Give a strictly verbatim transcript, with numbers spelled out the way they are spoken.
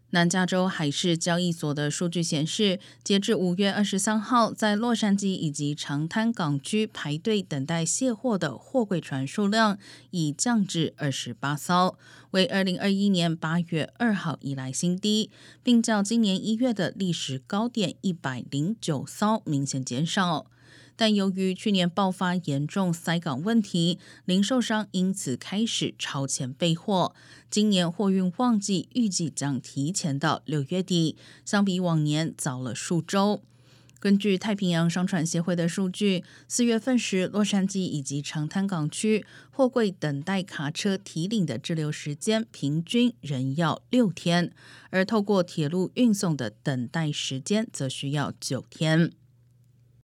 南加州海事交易所的数据显示，截至五月二十三号，在洛杉矶以及长滩港区排队等待卸货的货柜船数量已降至二十八艘，为二零二一年八月二号以来新低，并较今年一月的历史高点一百零九艘明显减少。但由于去年爆发严重塞港问题，零售商因此开始超前备货。今年货运旺季预计将提前到六月底，相比往年早了数周。根据太平洋商船协会的数据，四月份时，洛杉矶以及长滩港区货柜等待卡车提领的滞留时间平均仍要六天，而透过铁路运送的等待时间则需要九天。